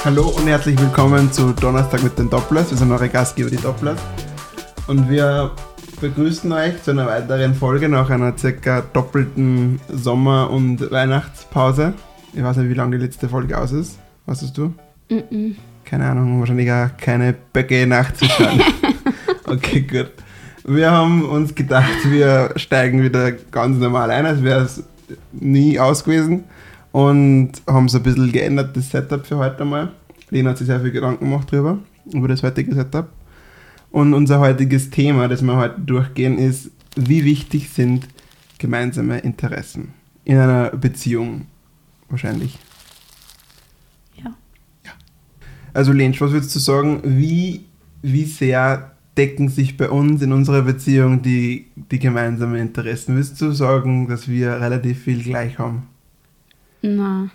Hallo und herzlich willkommen zu Donnerstag mit den Dopplers. Wir sind eure Gastgeber, die Dopplers. Und wir begrüßen euch zu einer weiteren Folge nach einer circa doppelten Sommer- und Weihnachtspause. Ich weiß nicht, wie lange die letzte Folge aus ist. Weißt du? Keine Ahnung, wahrscheinlich auch keine Böcke nachzuschauen. Okay, gut. Wir haben uns gedacht, wir steigen wieder ganz normal ein, als wäre es nie aus gewesen. Und haben so ein bisschen geändert, das Setup für heute mal. Lena hat sich sehr viel Gedanken gemacht über das heutige Setup. Und unser heutiges Thema, das wir heute durchgehen, ist, wie wichtig sind gemeinsame Interessen in einer Beziehung wahrscheinlich. Ja. Also Lensch, was würdest du sagen, wie sehr decken sich bei uns in unserer Beziehung die gemeinsamen Interessen? Würdest du sagen, dass wir relativ viel gleich haben? Na.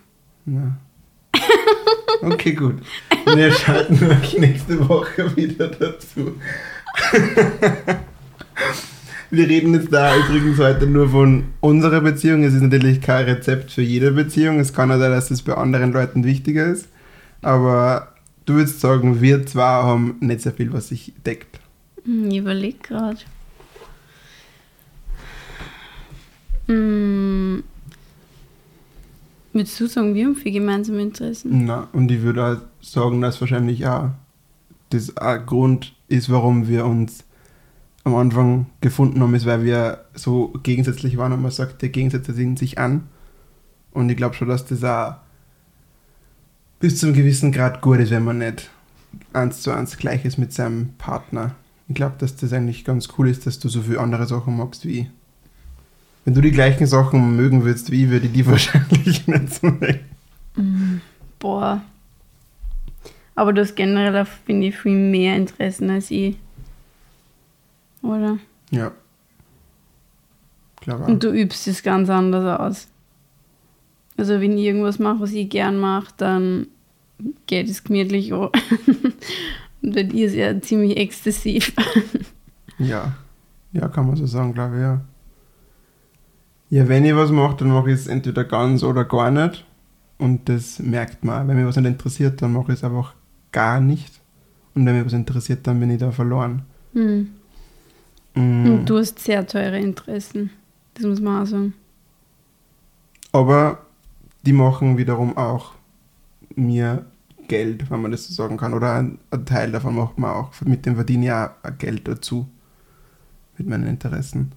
Okay, gut. Wir schalten euch nächste Woche wieder dazu. Wir reden jetzt da übrigens heute nur von unserer Beziehung. Es ist natürlich kein Rezept für jede Beziehung. Es kann auch sein, dass es bei anderen Leuten wichtiger ist. Aber du würdest sagen, wir zwei haben nicht sehr viel, was sich deckt. Ich überlege gerade. Würdest du sagen, wir haben viel gemeinsame Interessen? Na, und ich würde auch sagen, dass wahrscheinlich auch das ein Grund ist, warum wir uns am Anfang gefunden haben, ist, weil wir so gegensätzlich waren und man sagt, die Gegensätze ziehen sich an. Und ich glaube schon, dass das auch bis zu einem gewissen Grad gut ist, wenn man nicht 1:1 gleich ist mit seinem Partner. Ich glaube, dass das eigentlich ganz cool ist, dass du so viele andere Sachen magst wie ich. Wenn du die gleichen Sachen mögen würdest wie ich, würde ich die wahrscheinlich nicht so mögen. Boah. Aber du hast generell, finde ich, viel mehr Interessen als ich. Oder? Ja. Klar. Und du übst es ganz anders aus. Also wenn ich irgendwas mache, was ich gern mache, dann geht es gemütlich an. Und wenn ich es ja ziemlich exzessiv. Ja. Ja, kann man so sagen, glaube ich, ja. Ja, wenn ich was mache, dann mache ich es entweder ganz oder gar nicht. Und das merkt man. Wenn mich was nicht interessiert, dann mache ich es einfach gar nicht. Und wenn mich was interessiert, dann bin ich da verloren. Und du hast sehr teure Interessen. Das muss man auch sagen. Aber die machen wiederum auch mir Geld, wenn man das so sagen kann. Oder ein Teil davon macht man auch. Mit dem verdiene ich auch Geld dazu. Mit meinen Interessen.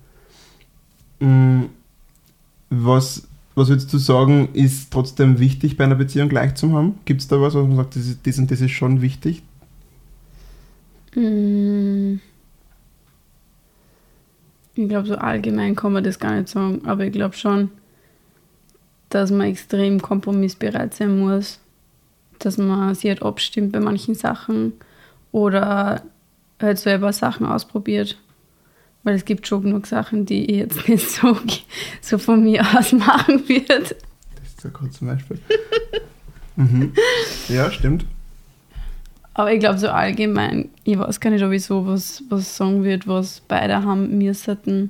Was würdest du sagen, ist trotzdem wichtig bei einer Beziehung gleich zu haben? Gibt es da was, wo man sagt, das und das ist schon wichtig? Ich glaube, so allgemein kann man das gar nicht sagen. Aber ich glaube schon, dass man extrem kompromissbereit sein muss. Dass man sich halt abstimmt bei manchen Sachen. Oder halt selber Sachen ausprobiert. Weil es gibt schon genug Sachen, die ich jetzt nicht so von mir aus machen würde. Das ist so gut zum Beispiel. Ja, stimmt. Aber ich glaube so allgemein, ich weiß gar nicht, ob ich so was sagen würde, was beide haben müssten.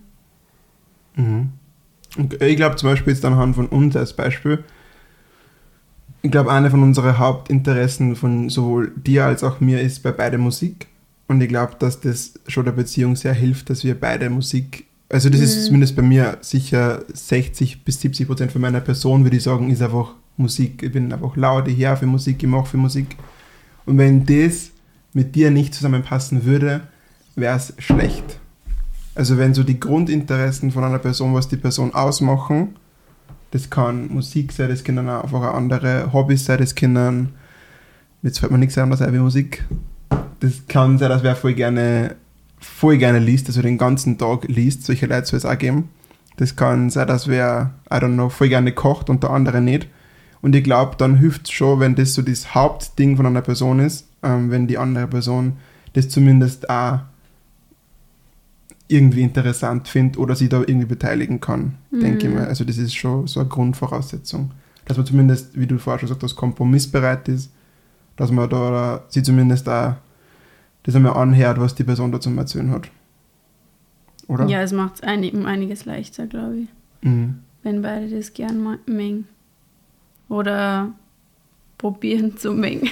Und ich glaube zum Beispiel jetzt anhand von uns als Beispiel, ich glaube, eine von unseren Hauptinteressen von sowohl dir als auch mir ist bei beide Musik. Und ich glaube, dass das schon der Beziehung sehr hilft, dass wir beide Musik, also das ist zumindest bei mir sicher 60-70% von meiner Person, würde ich sagen, ist einfach Musik. Ich bin einfach laut, ich höre für Musik, ich mache für Musik. Und wenn das mit dir nicht zusammenpassen würde, wäre es schlecht. Also wenn so die Grundinteressen von einer Person, was die Person ausmachen, das kann Musik sein, das können auch einfach andere Hobbys sein, das können, jetzt fällt mir nichts anderes ein wie Musik. Das kann sein, dass wer voll gerne liest, also den ganzen Tag liest, solche Leute soll es auch geben. Das kann sein, dass wer, I don't know, voll gerne kocht und der andere nicht. Und ich glaube, dann hilft es schon, wenn das so das Hauptding von einer Person ist, wenn die andere Person das zumindest auch irgendwie interessant findet oder sich da irgendwie beteiligen kann, denke ich mal. Also das ist schon so eine Grundvoraussetzung. Dass man zumindest, wie du vorher schon gesagt hast, kompromissbereit ist, dass man da sie zumindest auch das einmal anhört, was die Person da zum Erzählen hat. Oder? Ja, es macht es um einiges leichter, glaube ich. Wenn beide das gern mengen. Oder probieren zu mengen.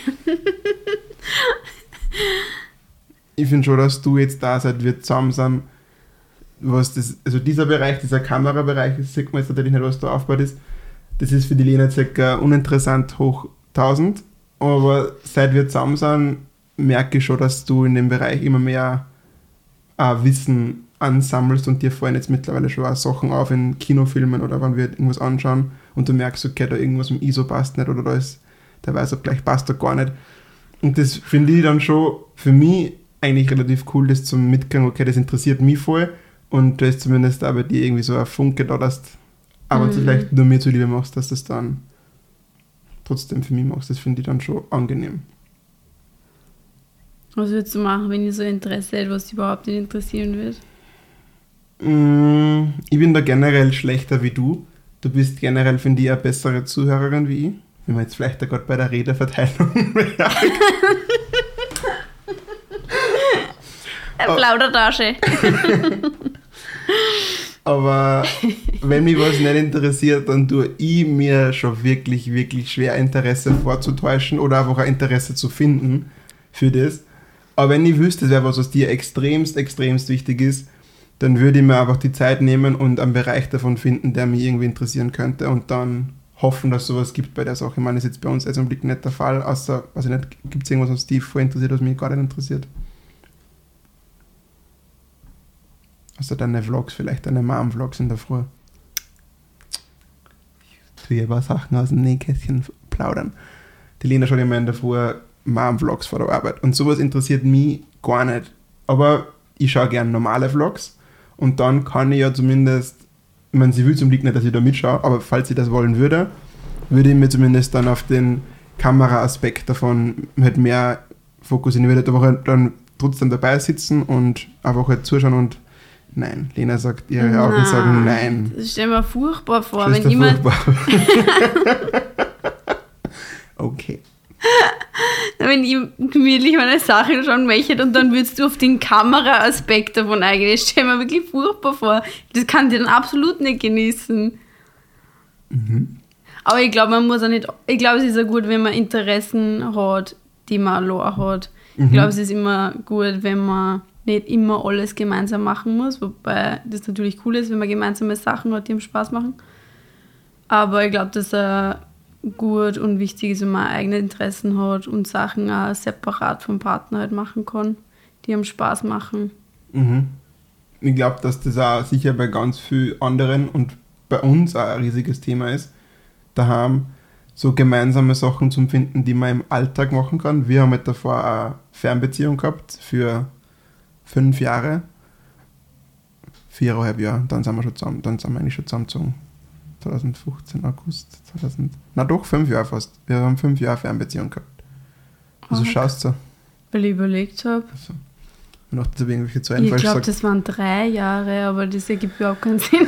Ich finde schon, dass du jetzt da seit wir zusammen sind, was das, also dieser Bereich, dieser Kamerabereich, das sieht man jetzt natürlich nicht, was da aufgebaut ist, das ist für die Lena circa uninteressant hoch 1000, aber seit wir zusammen sind, merke ich schon, dass du in dem Bereich immer mehr Wissen ansammelst und dir fallen jetzt mittlerweile schon auch Sachen auf in Kinofilmen oder wenn wir irgendwas anschauen und du merkst, okay, da irgendwas im ISO passt nicht oder da ist, der weiß auch gleich, passt da gar nicht. Und das finde ich dann schon für mich eigentlich relativ cool, das zum Mitkriegen, okay, das interessiert mich voll und da ist zumindest auch bei dir irgendwie so ein Funke da, dass aber du vielleicht nur mir zuliebe machst, dass du das dann trotzdem für mich machst. Das finde ich dann schon angenehm. Was würdest du machen, wenn ihr so Interesse hätte, was dich überhaupt nicht interessieren wird? Ich bin da generell schlechter wie du. Du bist generell, finde ich, eine bessere Zuhörerin wie ich. Wenn wir jetzt vielleicht da gerade bei der Redeverteilung Plaudertasche. Aber wenn mich was nicht interessiert, dann tue ich mir schon wirklich, wirklich schwer, Interesse vorzutäuschen oder einfach ein Interesse zu finden für das. Aber wenn ich wüsste, das wäre was dir extremst wichtig ist, dann würde ich mir einfach die Zeit nehmen und einen Bereich davon finden, der mich irgendwie interessieren könnte und dann hoffen, dass es sowas gibt bei der Sache. Ich meine, das ist jetzt bei uns im Blick nicht der Fall, außer, weiß ich nicht, gibt es irgendwas, was dich voll interessiert, was mich gar nicht interessiert? Außer deine Vlogs, vielleicht deine Mom-Vlogs in der Früh. Ich tue hier ein paar Sachen aus dem Nähkästchen plaudern. Die Lena schaut immer in der Früh Mom-Vlogs vor der Arbeit und sowas interessiert mich gar nicht. Aber ich schaue gerne normale Vlogs und dann kann ich ja zumindest, ich meine, sie will zum Glück nicht, dass ich da mitschaue, aber falls sie das wollen würde, würde ich mir zumindest dann auf den Kameraaspekt davon halt mehr fokussieren. Ich würde aber halt dann trotzdem dabei sitzen und einfach halt zuschauen und nein. Lena sagt, ihre Augen sagen nein. Das stell mir furchtbar vor, wenn jemand... Okay. Wenn ich gemütlich meine Sachen schauen möchte und dann würdest du auf den Kameraaspekt davon eingehen. Das stell mir wirklich furchtbar vor. Das kann ich dann absolut nicht genießen. Mhm. Aber ich glaube, man muss auch nicht... Ich glaube, es ist auch gut, wenn man Interessen hat, die man allein hat. Ich glaube, es ist immer gut, wenn man nicht immer alles gemeinsam machen muss, wobei das natürlich cool ist, wenn man gemeinsame Sachen hat, die ihm Spaß machen. Aber ich glaube, dass gut und wichtig ist, wenn man eigene Interessen hat und Sachen auch separat vom Partner halt machen kann, die ihm Spaß machen. Mhm. Ich glaube, dass das auch sicher bei ganz vielen anderen und bei uns auch ein riesiges Thema ist, daheim so gemeinsame Sachen zum Finden, die man im Alltag machen kann. Wir haben halt davor eine Fernbeziehung gehabt für 5 Jahre, 4,5 Jahre, dann sind wir schon zusammen, dann sind wir eigentlich schon zusammengezogen. 2015, August, 5 Jahre fast. Wir haben 5 Jahre Fernbeziehung gehabt. Also schaust du. Weil ich überlegt habe. Also, ich dachte, das irgendwelche Zahlen Ich falsch glaube, gesagt. das waren 3 Jahre, aber das ergibt überhaupt keinen Sinn.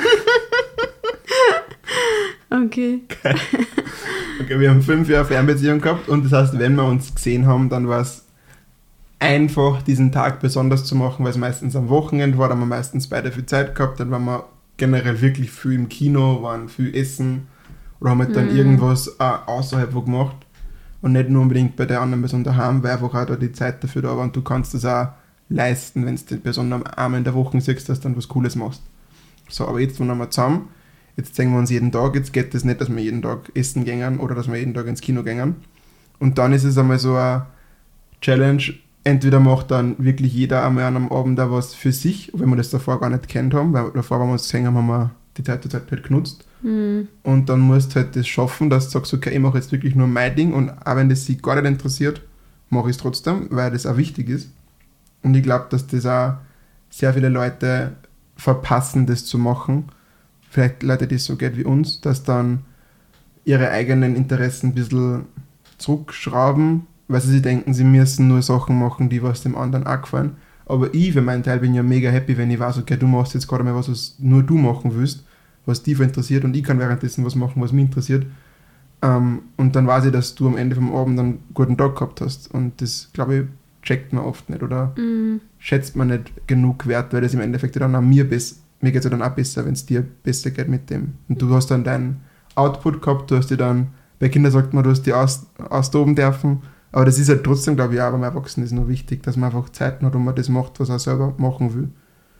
Okay. Okay, wir haben 5 Jahre Fernbeziehung gehabt und das heißt, wenn wir uns gesehen haben, dann war es einfach, diesen Tag besonders zu machen, weil es meistens am Wochenende war, da haben wir meistens beide viel Zeit gehabt, dann waren wir generell wirklich viel im Kino, waren viel essen oder haben halt dann irgendwas außerhalb wo gemacht und nicht nur unbedingt bei der anderen Person daheim, weil einfach auch da die Zeit dafür da war und du kannst das auch leisten, wenn du die Person einmal in der Woche siehst, dass du dann was Cooles machst. So, aber jetzt waren wir zusammen, jetzt sehen wir uns jeden Tag, jetzt geht das nicht, dass wir jeden Tag essen gehen oder dass wir jeden Tag ins Kino gehen und dann ist es einmal so eine Challenge, entweder macht dann wirklich jeder einmal an einem Abend da was für sich, wenn wir das davor gar nicht kennt haben, weil davor, wenn wir uns gesehen haben, haben wir die Zeit halt genutzt. Und dann musst du halt das schaffen, dass du sagst, okay, ich mache jetzt wirklich nur mein Ding und auch wenn das sie gar nicht interessiert, mache ich es trotzdem, weil das auch wichtig ist. Und ich glaube, dass das auch sehr viele Leute verpassen, das zu machen. Vielleicht Leute, die es so geht wie uns, dass dann ihre eigenen Interessen ein bisschen zurückschrauben, weil sie sich denken, sie müssen nur Sachen machen, die was dem anderen auch gefallen. Aber ich für meinen Teil bin ja mega happy, wenn ich weiß, okay, du machst jetzt gerade mal was nur du machen willst, was dich interessiert und ich kann währenddessen was machen, was mich interessiert. Und dann weiß ich, dass du am Ende vom Abend einen guten Tag gehabt hast. Und das, glaube ich, checkt man oft nicht oder schätzt man nicht genug wert, weil das im Endeffekt dann auch mir geht es ja dann auch besser, wenn es dir besser geht mit dem. Und du hast dann deinen Output gehabt, du hast dir dann Bei Kindern sagt man, du hast die austoben dürfen. Aber das ist halt trotzdem, glaube ich, auch beim Erwachsenen ist nur wichtig, dass man einfach Zeit hat und man das macht, was er selber machen will.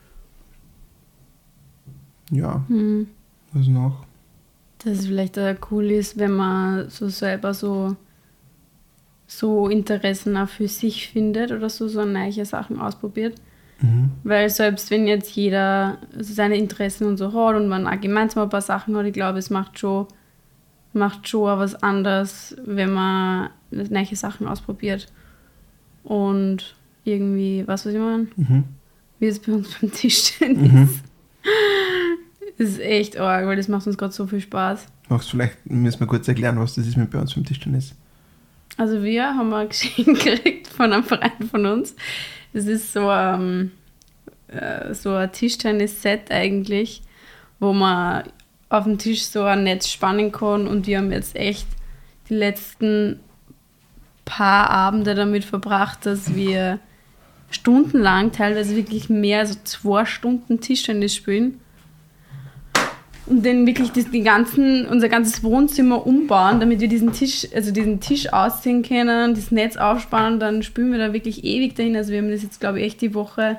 Ja, was noch? Dass es vielleicht auch cool ist, wenn man so selber so Interessen auch für sich findet oder so neue Sachen ausprobiert. Weil selbst wenn jetzt jeder seine Interessen und so hat und man auch gemeinsam ein paar Sachen hat, ich glaube, es macht schon auch was anderes, wenn man neue Sachen ausprobiert. Und irgendwie, was ich meine? Wie es bei uns beim Tischtennis. Das ist echt arg, weil das macht uns gerade so viel Spaß. Müssen wir kurz erklären, was das ist mit bei uns beim Tischtennis. Also wir haben ein Geschenk gekriegt von einem Freund von uns. Das ist so ein Tischtennis-Set eigentlich, wo man auf dem Tisch so ein Netz spannen kann, und wir haben jetzt echt die letzten paar Abende damit verbracht, dass wir stundenlang, teilweise wirklich mehr als 2 Stunden Tischtennis spielen und dann wirklich unser ganzes Wohnzimmer umbauen, damit wir diesen Tisch ausziehen können, das Netz aufspannen, dann spielen wir da wirklich ewig dahin. Also wir haben das jetzt, glaube ich, echt die Woche.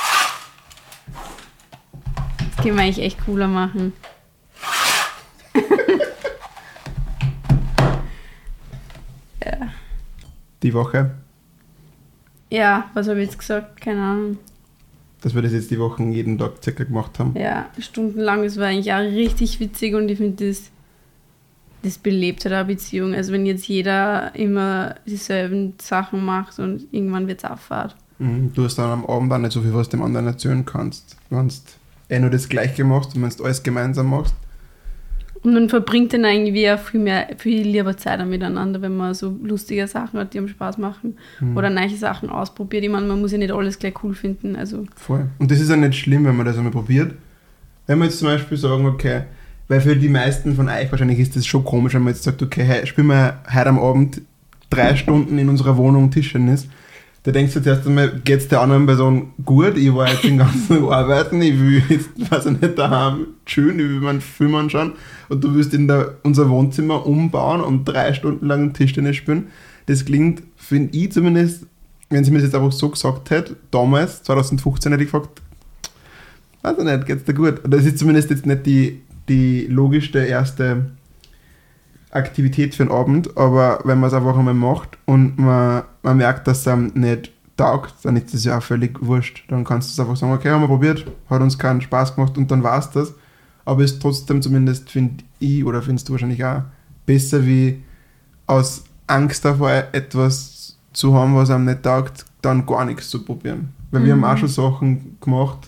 Das können wir eigentlich echt cooler machen. Ja. Die Woche? Ja, was habe ich jetzt gesagt? Keine Ahnung. Dass wir das jetzt die Wochen jeden Tag circa gemacht haben. Ja, stundenlang. Das war eigentlich auch richtig witzig, und ich finde, das belebt halt eine Beziehung. Also wenn jetzt jeder immer dieselben Sachen macht, und irgendwann wird es auch Fahrt. Du hast dann am Abend auch nicht so viel, was dem anderen erzählen kannst. Wenn du nur das Gleiche machst und wenn du alles gemeinsam machst. Und man verbringt dann irgendwie auch viel lieber Zeit miteinander, wenn man so lustige Sachen hat, die einem Spaß machen. Oder neue Sachen ausprobiert. Ich meine, man muss ja nicht alles gleich cool finden. Also. Voll. Und das ist ja nicht schlimm, wenn man das einmal probiert. Wenn wir jetzt zum Beispiel sagen, okay, weil für die meisten von euch wahrscheinlich ist das schon komisch, wenn man jetzt sagt, okay, hey, spielen wir heute am Abend 3 Stunden in unserer Wohnung Tischtennis. Da denkst du zuerst einmal, geht es der anderen Person gut? Ich war jetzt den ganzen Tag arbeiten, ich will jetzt, weiß ich nicht, daheim schön, ich will meinen Film anschauen, und du willst unser Wohnzimmer umbauen und 3 Stunden lang Tischtennis spielen. Das klingt, finde ich zumindest, wenn sie mir das jetzt einfach so gesagt hätte, damals, 2015, hätte ich gefragt, weiß ich nicht, geht's dir gut? Und das ist zumindest jetzt nicht die logischste erste Aktivität für den Abend, aber wenn man es einfach einmal macht und man merkt, dass es einem nicht taugt, dann ist das ja auch völlig wurscht. Dann kannst du es einfach sagen, okay, haben wir probiert, hat uns keinen Spaß gemacht, und dann war es das. Aber es ist trotzdem zumindest, finde ich, oder findest du wahrscheinlich auch, besser, wie aus Angst davor, etwas zu haben, was einem nicht taugt, dann gar nichts zu probieren. Weil wir haben auch schon Sachen gemacht,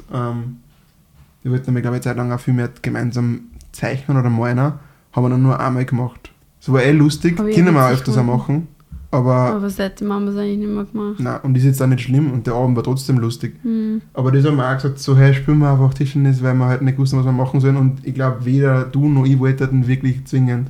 wir wollten nämlich, glaube ich, eine Zeit lang auch viel mehr gemeinsam zeichnen oder malen, haben wir dann nur einmal gemacht. Das war lustig, können wir auch öfters auch machen. Aber seitdem haben wir es eigentlich nicht mehr gemacht. Nein, und ist jetzt auch nicht schlimm, und der Abend war trotzdem lustig. Aber das haben wir auch gesagt, so, hey, spielen wir einfach Tischtennis, weil wir halt nicht wussten, was wir machen sollen, und ich glaube, weder du noch ich wollten wirklich zwingend.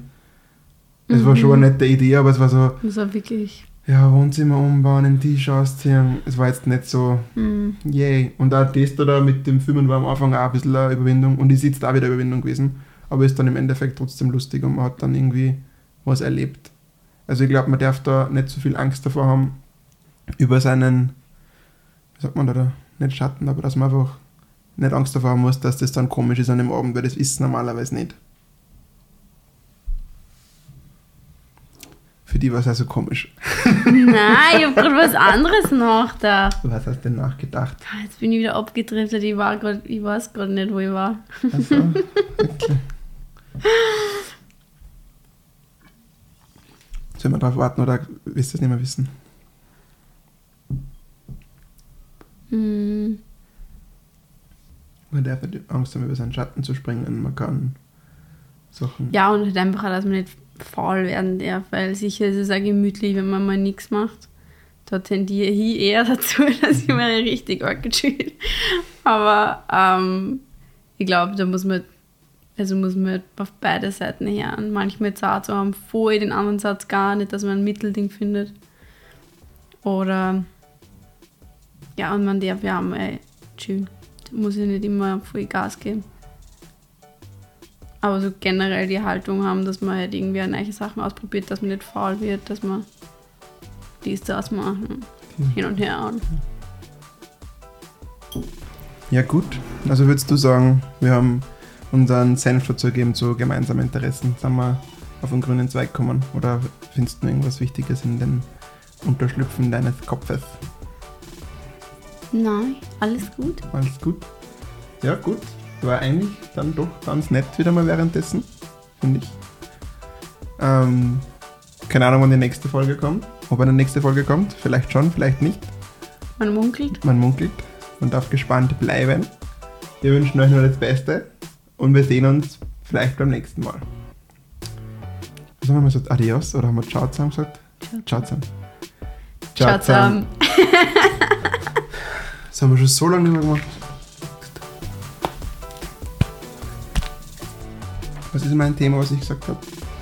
Es war schon eine nette Idee, aber es war so, das war wirklich, ja, Wohnzimmer umbauen, den Tisch ausziehen, es war jetzt nicht so, yay. Und auch das da mit dem Filmen war am Anfang auch ein bisschen eine Überwindung, und ist jetzt auch wieder eine Überwindung gewesen, aber ist dann im Endeffekt trotzdem lustig, und man hat dann irgendwie was erlebt. Also ich glaube, man darf da nicht so viel Angst davor haben, über seinen, wie sagt man da, nicht Schatten, aber dass man einfach nicht Angst davor haben muss, dass das dann komisch ist an dem Abend, weil das ist normalerweise nicht. Für die war es also komisch. Nein, ich habe gerade was anderes nachgedacht. Was hast du denn nachgedacht? Jetzt bin ich wieder abgedriftet, ich weiß gerade nicht, wo ich war. Ach so, okay. Sollen wir drauf warten, oder willst du es nicht mehr wissen? Man darf nicht Angst haben, über seinen Schatten zu springen. Man kann Sachen... Ja, und halt einfach auch, dass man nicht faul werden darf, weil sicher ist es auch gemütlich, wenn man mal nichts macht. Da tendiere ich eher dazu, dass ich mal richtig arg chill. Aber ich glaube, da muss man auf beide Seiten hören. Manchmal zart zu haben, voll den anderen Satz gar nicht, dass man ein Mittelding findet. Oder ja, und man darf ja mal chillen. Da muss ich nicht immer voll Gas geben. Aber so generell die Haltung haben, dass man halt irgendwie neue Sachen ausprobiert, dass man nicht faul wird, dass man das machen, hin und her an. Ja gut, also würdest du sagen, wir haben unseren Senf dazu gegeben zu gemeinsamen Interessen. Sind wir auf den grünen Zweig gekommen? Oder findest du irgendwas Wichtiges in den Unterschlüpfen deines Kopfes? Nein, alles gut. Alles gut? Ja gut, war eigentlich dann doch ganz nett wieder mal währenddessen, finde ich. Keine Ahnung, wann die nächste Folge kommt. Ob eine nächste Folge kommt, vielleicht schon, vielleicht nicht. Man munkelt. Man darf gespannt bleiben. Wir wünschen euch nur das Beste und wir sehen uns vielleicht beim nächsten Mal. Was haben wir gesagt? Adios oder haben wir Ciao zusammen gesagt? Ciao zusammen. Ciao zusammen. Das haben wir schon so lange nicht mehr gemacht. Was ist mein Thema, was ich gesagt habe?